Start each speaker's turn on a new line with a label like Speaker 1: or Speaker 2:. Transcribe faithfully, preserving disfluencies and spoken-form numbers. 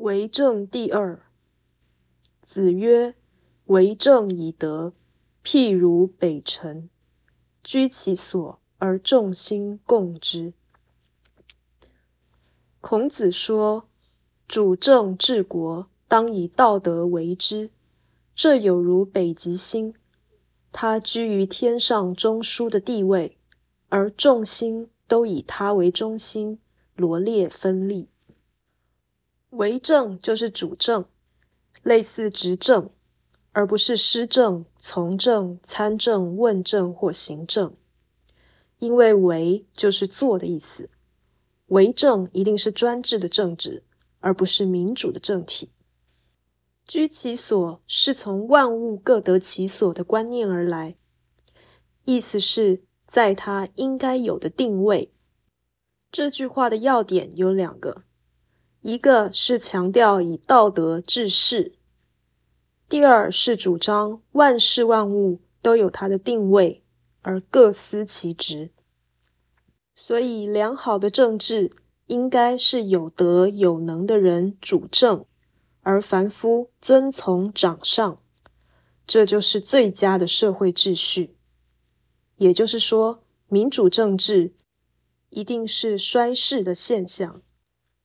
Speaker 1: 为政第二。子曰：为政以德，譬如北辰，居其所而众星共之。孔子说，主政治国，当以道德为之。这有如北极星，它居于天上中枢的地位，而众星都以它为中心，罗列分立。为政就是主政，类似执政，而不是施政、从政、参政、问政或行政。因为为就是做的意思，为政一定是专制的政治，而不是民主的政体。居其所是从万物各得其所的观念而来，意思是在它应该有的定位。这句话的要点有两个，一个是强调以道德治世，第二是主张万事万物都有它的定位，而各司其职。所以良好的政治应该是有德有能的人主政，而凡夫遵从长上，这就是最佳的社会秩序。也就是说，民主政治一定是衰世的现象。